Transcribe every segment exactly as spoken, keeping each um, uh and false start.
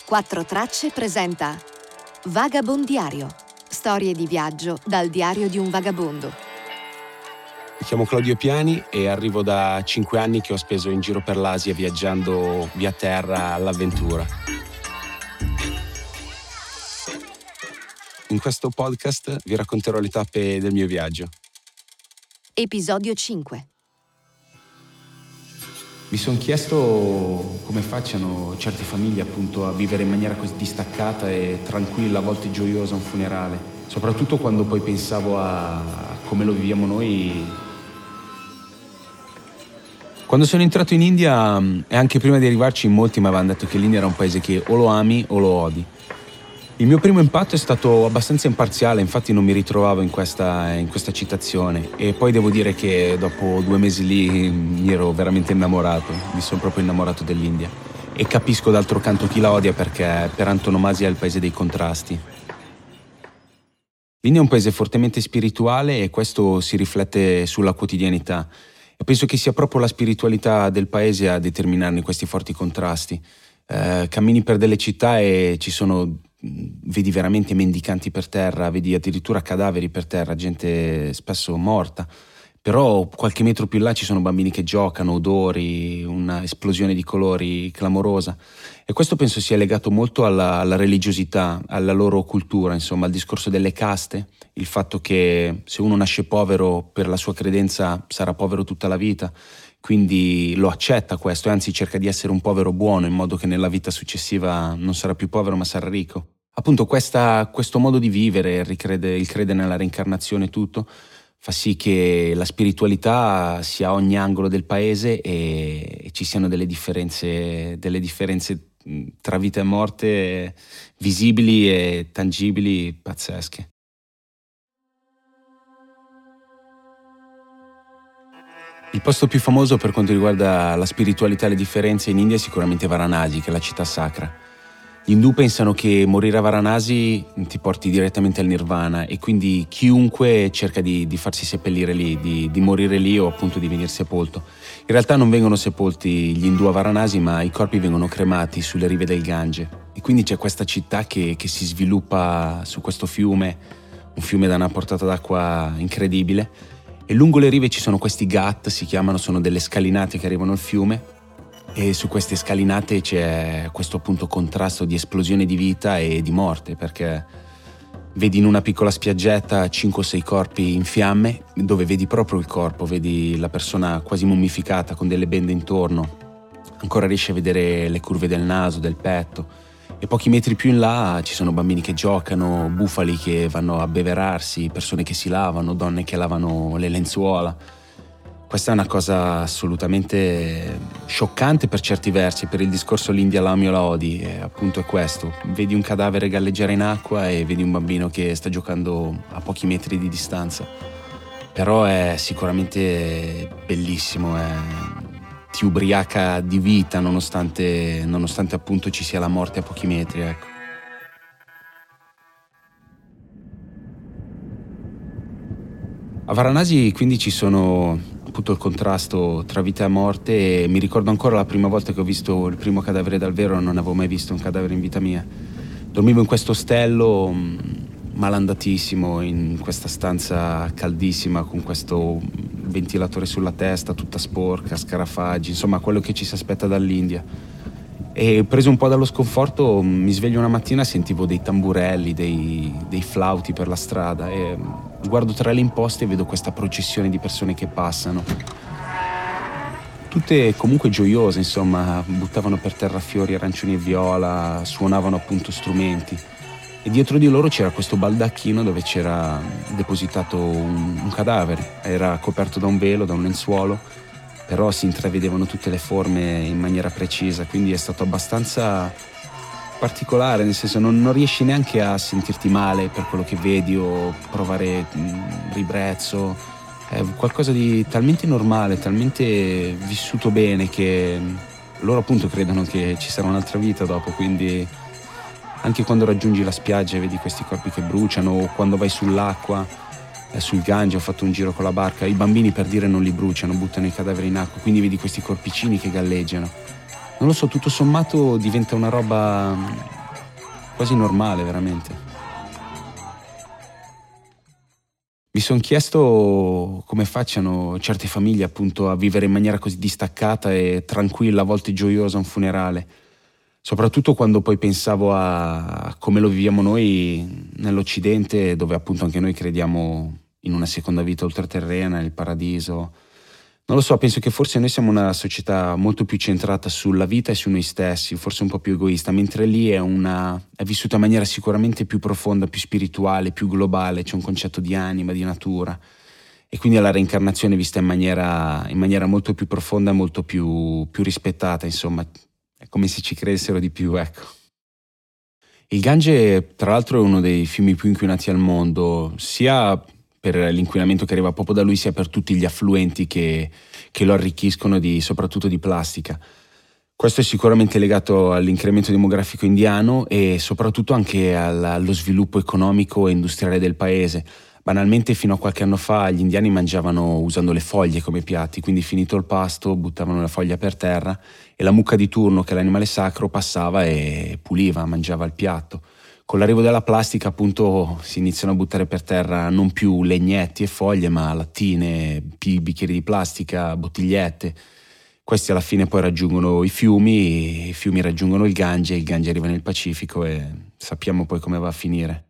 Quattro Tracce presenta Vagabondiario. Storie di viaggio dal diario di un vagabondo. Mi chiamo Claudio Piani e arrivo da cinque anni che ho speso in giro per l'Asia viaggiando via terra all'avventura. In questo podcast vi racconterò le tappe del mio viaggio. Episodio cinque. Mi sono chiesto come facciano certe famiglie appunto a vivere in maniera così distaccata e tranquilla, a volte gioiosa, un funerale. Soprattutto quando poi pensavo a come lo viviamo noi. Quando sono entrato in India, e anche prima di arrivarci, molti mi avevano detto che l'India era un paese che o lo ami o lo odi. Il mio primo impatto è stato abbastanza imparziale, infatti non mi ritrovavo in questa, in questa citazione, e poi devo dire che dopo due mesi lì mi ero veramente innamorato, mi sono proprio innamorato dell'India e capisco d'altro canto chi la odia, perché per antonomasia è il paese dei contrasti. L'India è un paese fortemente spirituale e questo si riflette sulla quotidianità e penso che sia proprio la spiritualità del paese a determinarne questi forti contrasti. Eh, cammini per delle città e ci sono vedi veramente mendicanti per terra, vedi addirittura cadaveri per terra, gente spesso morta, però qualche metro più in là ci sono bambini che giocano, odori, una esplosione di colori clamorosa, e questo penso sia legato molto alla, alla religiosità, alla loro cultura, insomma al discorso delle caste, il fatto che se uno nasce povero per la sua credenza sarà povero tutta la vita, quindi lo accetta questo e anzi cerca di essere un povero buono in modo che nella vita successiva non sarà più povero ma sarà ricco. Appunto questa, questo modo di vivere, il ricrede, il crede nella reincarnazione e tutto, fa sì che la spiritualità sia a ogni angolo del paese e, e ci siano delle differenze, delle differenze tra vita e morte visibili e tangibili pazzesche. Il posto più famoso per quanto riguarda la spiritualità e le differenze in India è sicuramente Varanasi, che è la città sacra. Gli indù pensano che morire a Varanasi ti porti direttamente al nirvana e quindi chiunque cerca di, di farsi seppellire lì, di, di morire lì o appunto di venire sepolto. In realtà non vengono sepolti gli indù a Varanasi, ma i corpi vengono cremati sulle rive del Gange. E quindi c'è questa città che, che si sviluppa su questo fiume, un fiume da una portata d'acqua incredibile. E lungo le rive ci sono questi ghat, si chiamano, sono delle scalinate che arrivano al fiume e su queste scalinate c'è questo appunto contrasto di esplosione di vita e di morte, perché vedi in una piccola spiaggetta cinque o sei corpi in fiamme dove vedi proprio il corpo, vedi la persona quasi mummificata con delle bende intorno, ancora riesci a vedere le curve del naso, del petto. E pochi metri più in là ci sono bambini che giocano, bufali che vanno a abbeverarsi, persone che si lavano, donne che lavano le lenzuola. Questa è una cosa assolutamente scioccante per certi versi, per il discorso l'India la ami o la odi, e appunto è questo. Vedi un cadavere galleggiare in acqua e vedi un bambino che sta giocando a pochi metri di distanza. Però è sicuramente bellissimo, è... ti ubriaca di vita nonostante, nonostante appunto ci sia la morte a pochi metri, ecco. A Varanasi quindi ci sono appunto il contrasto tra vita e morte e mi ricordo ancora la prima volta che ho visto il primo cadavere dal vero, non avevo mai visto un cadavere in vita mia. Dormivo in questo ostello malandatissimo, in questa stanza caldissima con questo ventilatore sulla testa, tutta sporca, scarafaggi, insomma quello che ci si aspetta dall'India. E preso un po' dallo sconforto mi sveglio una mattina e sentivo dei tamburelli, dei, dei flauti per la strada e guardo tra le imposte e vedo questa processione di persone che passano, tutte comunque gioiose, insomma, buttavano per terra fiori, arancioni e viola, suonavano appunto strumenti. E dietro di loro c'era questo baldacchino dove c'era depositato un, un cadavere, era coperto da un velo, da un lenzuolo, però si intravedevano tutte le forme in maniera precisa, quindi è stato abbastanza particolare, nel senso non, non riesci neanche a sentirti male per quello che vedi o provare mh, ribrezzo, è qualcosa di talmente normale, talmente vissuto bene che loro appunto credono che ci sarà un'altra vita dopo, quindi anche quando raggiungi la spiaggia e vedi questi corpi che bruciano o quando vai sull'acqua, eh, sul Gange, ho fatto un giro con la barca, i bambini per dire non li bruciano, buttano i cadaveri in acqua, quindi vedi questi corpicini che galleggiano. Non lo so, tutto sommato diventa una roba quasi normale veramente. Mi sono chiesto come facciano certe famiglie appunto a vivere in maniera così distaccata e tranquilla, a volte gioiosa, un funerale. Soprattutto quando poi pensavo a come lo viviamo noi nell'Occidente, dove appunto anche noi crediamo in una seconda vita ultraterrena, nel paradiso. Non lo so, penso che forse noi siamo una società molto più centrata sulla vita e su noi stessi, forse un po' più egoista, mentre lì è, una, è vissuta in maniera sicuramente più profonda, più spirituale, più globale, c'è un concetto di anima, di natura, e quindi la reincarnazione è vista in maniera, in maniera molto più profonda e molto più, più rispettata, insomma, è come se ci credessero di più, ecco. Il Gange, tra l'altro, è uno dei fiumi più inquinati al mondo, sia per l'inquinamento che arriva proprio da lui, sia per tutti gli affluenti che, che lo arricchiscono di, soprattutto di plastica. Questo è sicuramente legato all'incremento demografico indiano e soprattutto anche al, allo sviluppo economico e industriale del paese. Banalmente, fino a qualche anno fa gli indiani mangiavano usando le foglie come piatti, quindi finito il pasto buttavano la foglia per terra e la mucca di turno, che è l'animale sacro, passava e puliva, mangiava il piatto. Con l'arrivo della plastica appunto si iniziano a buttare per terra non più legnetti e foglie, ma lattine, bicchieri di plastica, bottigliette. Questi alla fine poi raggiungono i fiumi, i fiumi raggiungono il Gange, il Gange arriva nel Pacifico e sappiamo poi come va a finire.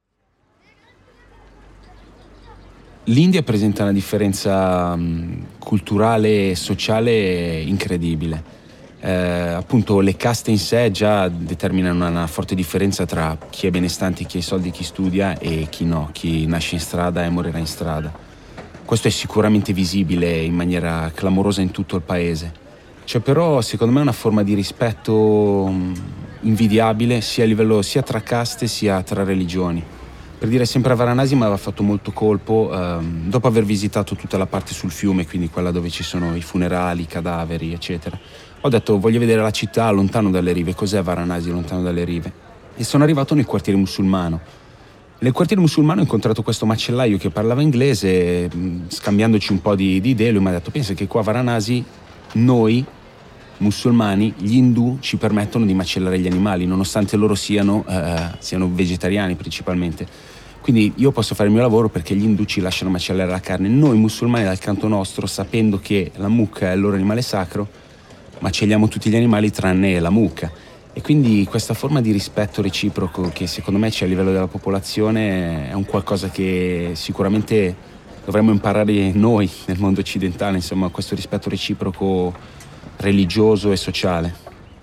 L'India presenta una differenza mh, culturale e sociale incredibile. Eh, appunto le caste in sé già determinano una, una forte differenza tra chi è benestante, chi ha i soldi, chi studia e chi no, chi nasce in strada e morirà in strada. Questo è sicuramente visibile in maniera clamorosa in tutto il paese. C'è però secondo me una forma di rispetto invidiabile sia a livello sia tra caste sia tra religioni. Per dire, sempre a Varanasi mi aveva fatto molto colpo ehm, dopo aver visitato tutta la parte sul fiume, quindi quella dove ci sono i funerali, i cadaveri, eccetera. Ho detto voglio vedere la città lontano dalle rive, cos'è Varanasi lontano dalle rive? E sono arrivato nel quartiere musulmano. Nel quartiere musulmano ho incontrato questo macellaio che parlava inglese, scambiandoci un po' di, di idee. Lui mi ha detto pensa che qua a Varanasi noi musulmani, gli indù ci permettono di macellare gli animali nonostante loro siano, eh, siano vegetariani principalmente. Quindi io posso fare il mio lavoro perché gli indù ci lasciano macellare la carne. Noi musulmani dal canto nostro, sapendo che la mucca è il loro animale sacro, macelliamo tutti gli animali tranne la mucca. E quindi questa forma di rispetto reciproco che secondo me c'è a livello della popolazione è un qualcosa che sicuramente dovremmo imparare noi nel mondo occidentale, insomma, questo rispetto reciproco religioso e sociale.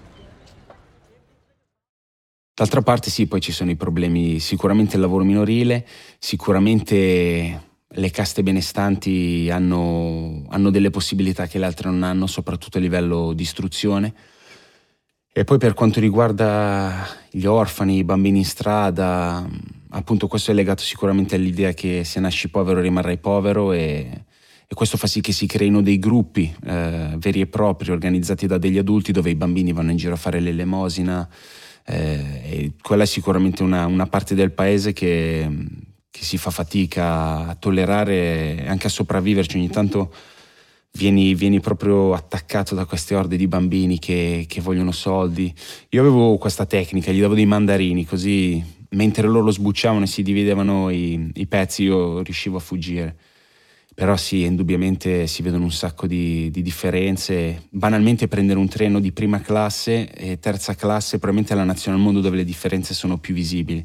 D'altra parte sì, poi ci sono i problemi, sicuramente il lavoro minorile, sicuramente le caste benestanti hanno, hanno delle possibilità che le altre non hanno, soprattutto a livello di istruzione. E poi per quanto riguarda gli orfani, i bambini in strada, appunto questo è legato sicuramente all'idea che se nasci povero rimarrai povero e, e questo fa sì che si creino dei gruppi eh, veri e propri organizzati da degli adulti dove i bambini vanno in giro a fare l'elemosina. Eh, e quella è sicuramente una, una parte del paese che, che si fa fatica a tollerare e anche a sopravviverci. Ogni tanto vieni, vieni proprio attaccato da queste orde di bambini che, che vogliono soldi. Io avevo questa tecnica, gli davo dei mandarini così mentre loro sbucciavano e si dividevano i, i pezzi io riuscivo a fuggire. Però sì, indubbiamente si vedono un sacco di, di differenze. Banalmente prendere un treno di prima classe e terza classe probabilmente è la nazione al mondo dove le differenze sono più visibili.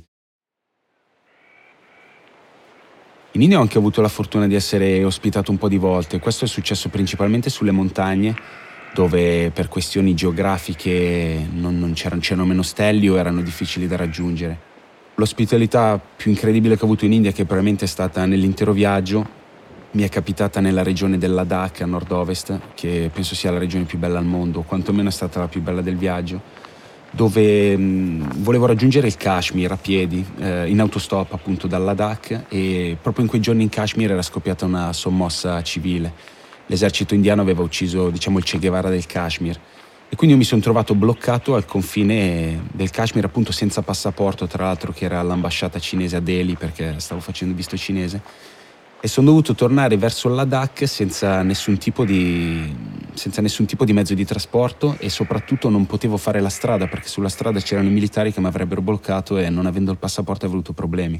In India ho anche avuto la fortuna di essere ospitato un po' di volte. Questo è successo principalmente sulle montagne, dove per questioni geografiche non, non c'erano, c'erano meno stelli o erano difficili da raggiungere. L'ospitalità più incredibile che ho avuto in India, che probabilmente è stata nell'intero viaggio, mi è capitata nella regione del Ladakh a nord-ovest, che penso sia la regione più bella al mondo, quantomeno è stata la più bella del viaggio, dove mh, volevo raggiungere il Kashmir a piedi, eh, in autostop appunto dal Ladakh, e proprio in quei giorni in Kashmir era scoppiata una sommossa civile. L'esercito indiano aveva ucciso, diciamo, il Che Guevara del Kashmir. E quindi io mi sono trovato bloccato al confine del Kashmir, appunto senza passaporto, tra l'altro che era all'ambasciata cinese a Delhi perché stavo facendo il visto cinese. E sono dovuto tornare verso il Ladakh senza nessun tipo di, senza nessun tipo di mezzo di trasporto e soprattutto non potevo fare la strada perché sulla strada c'erano i militari che mi avrebbero bloccato e non avendo il passaporto ho avuto problemi.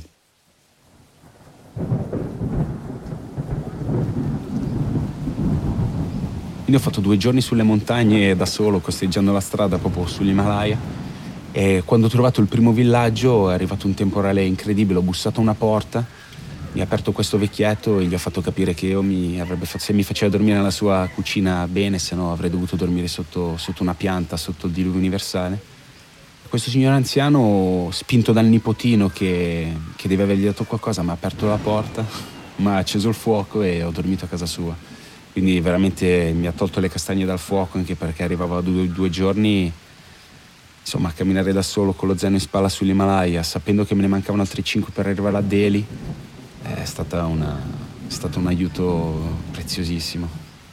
Quindi ho fatto due giorni sulle montagne da solo, costeggiando la strada proprio sull'Himalaya, e quando ho trovato il primo villaggio è arrivato un temporale incredibile, ho bussato a una porta, mi ha aperto questo vecchietto e gli ho fatto capire che io mi avrebbe fatto, se mi faceva dormire nella sua cucina bene, se no avrei dovuto dormire sotto, sotto una pianta, sotto il diluvio universale. Questo signore anziano, spinto dal nipotino che, che deve avergli dato qualcosa, mi ha aperto la porta, mi ha acceso il fuoco e ho dormito a casa sua. Quindi veramente mi ha tolto le castagne dal fuoco, anche perché arrivavo a due, due giorni, insomma, a camminare da solo con lo zaino in spalla sull'Himalaya, sapendo che me ne mancavano altri cinque per arrivare a Delhi, è stata una, è stato un aiuto preziosissimo.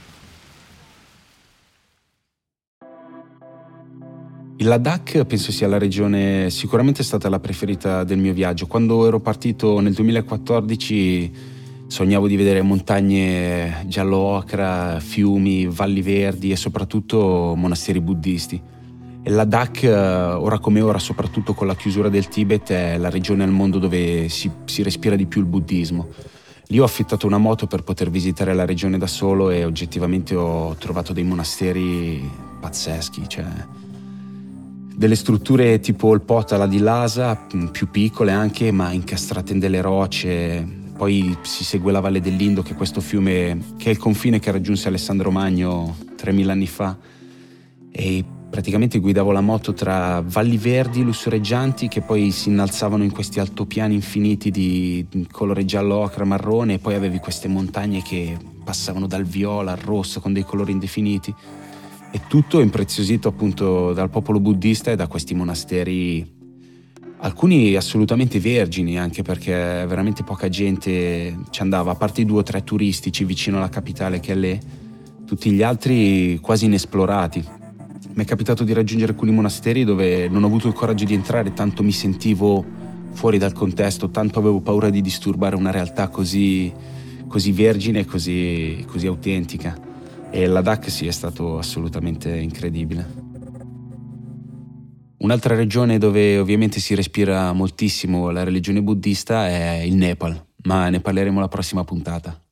Il Ladakh penso sia la regione, sicuramente è stata la preferita del mio viaggio. Quando ero partito nel duemilaquattordici sognavo di vedere montagne giallo-ocra, fiumi, valli verdi e soprattutto monasteri buddisti. E il Ladakh, ora come ora, soprattutto con la chiusura del Tibet, è la regione al mondo dove si, si respira di più il buddismo. Lì ho affittato una moto per poter visitare la regione da solo e oggettivamente ho trovato dei monasteri pazzeschi, cioè delle strutture tipo il Potala di Lhasa, più piccole anche, ma incastrate in delle rocce. Poi si segue la Valle dell'Indo, che è questo fiume che è il confine che raggiunse Alessandro Magno tremila anni fa, e praticamente guidavo la moto tra valli verdi lussureggianti che poi si innalzavano in questi altopiani infiniti di colore giallo, ocra, marrone, e poi avevi queste montagne che passavano dal viola al rosso con dei colori indefiniti, e tutto impreziosito appunto dal popolo buddista e da questi monasteri, alcuni assolutamente vergini, anche perché veramente poca gente ci andava, a parte i due o tre turistici vicino alla capitale che è Leh, tutti gli altri quasi inesplorati. Mi è capitato di raggiungere alcuni monasteri dove non ho avuto il coraggio di entrare, tanto mi sentivo fuori dal contesto, tanto avevo paura di disturbare una realtà così, così vergine e così, così autentica. E il Ladakh sì, è stato assolutamente incredibile. Un'altra regione dove ovviamente si respira moltissimo la religione buddista è il Nepal, ma ne parleremo la prossima puntata.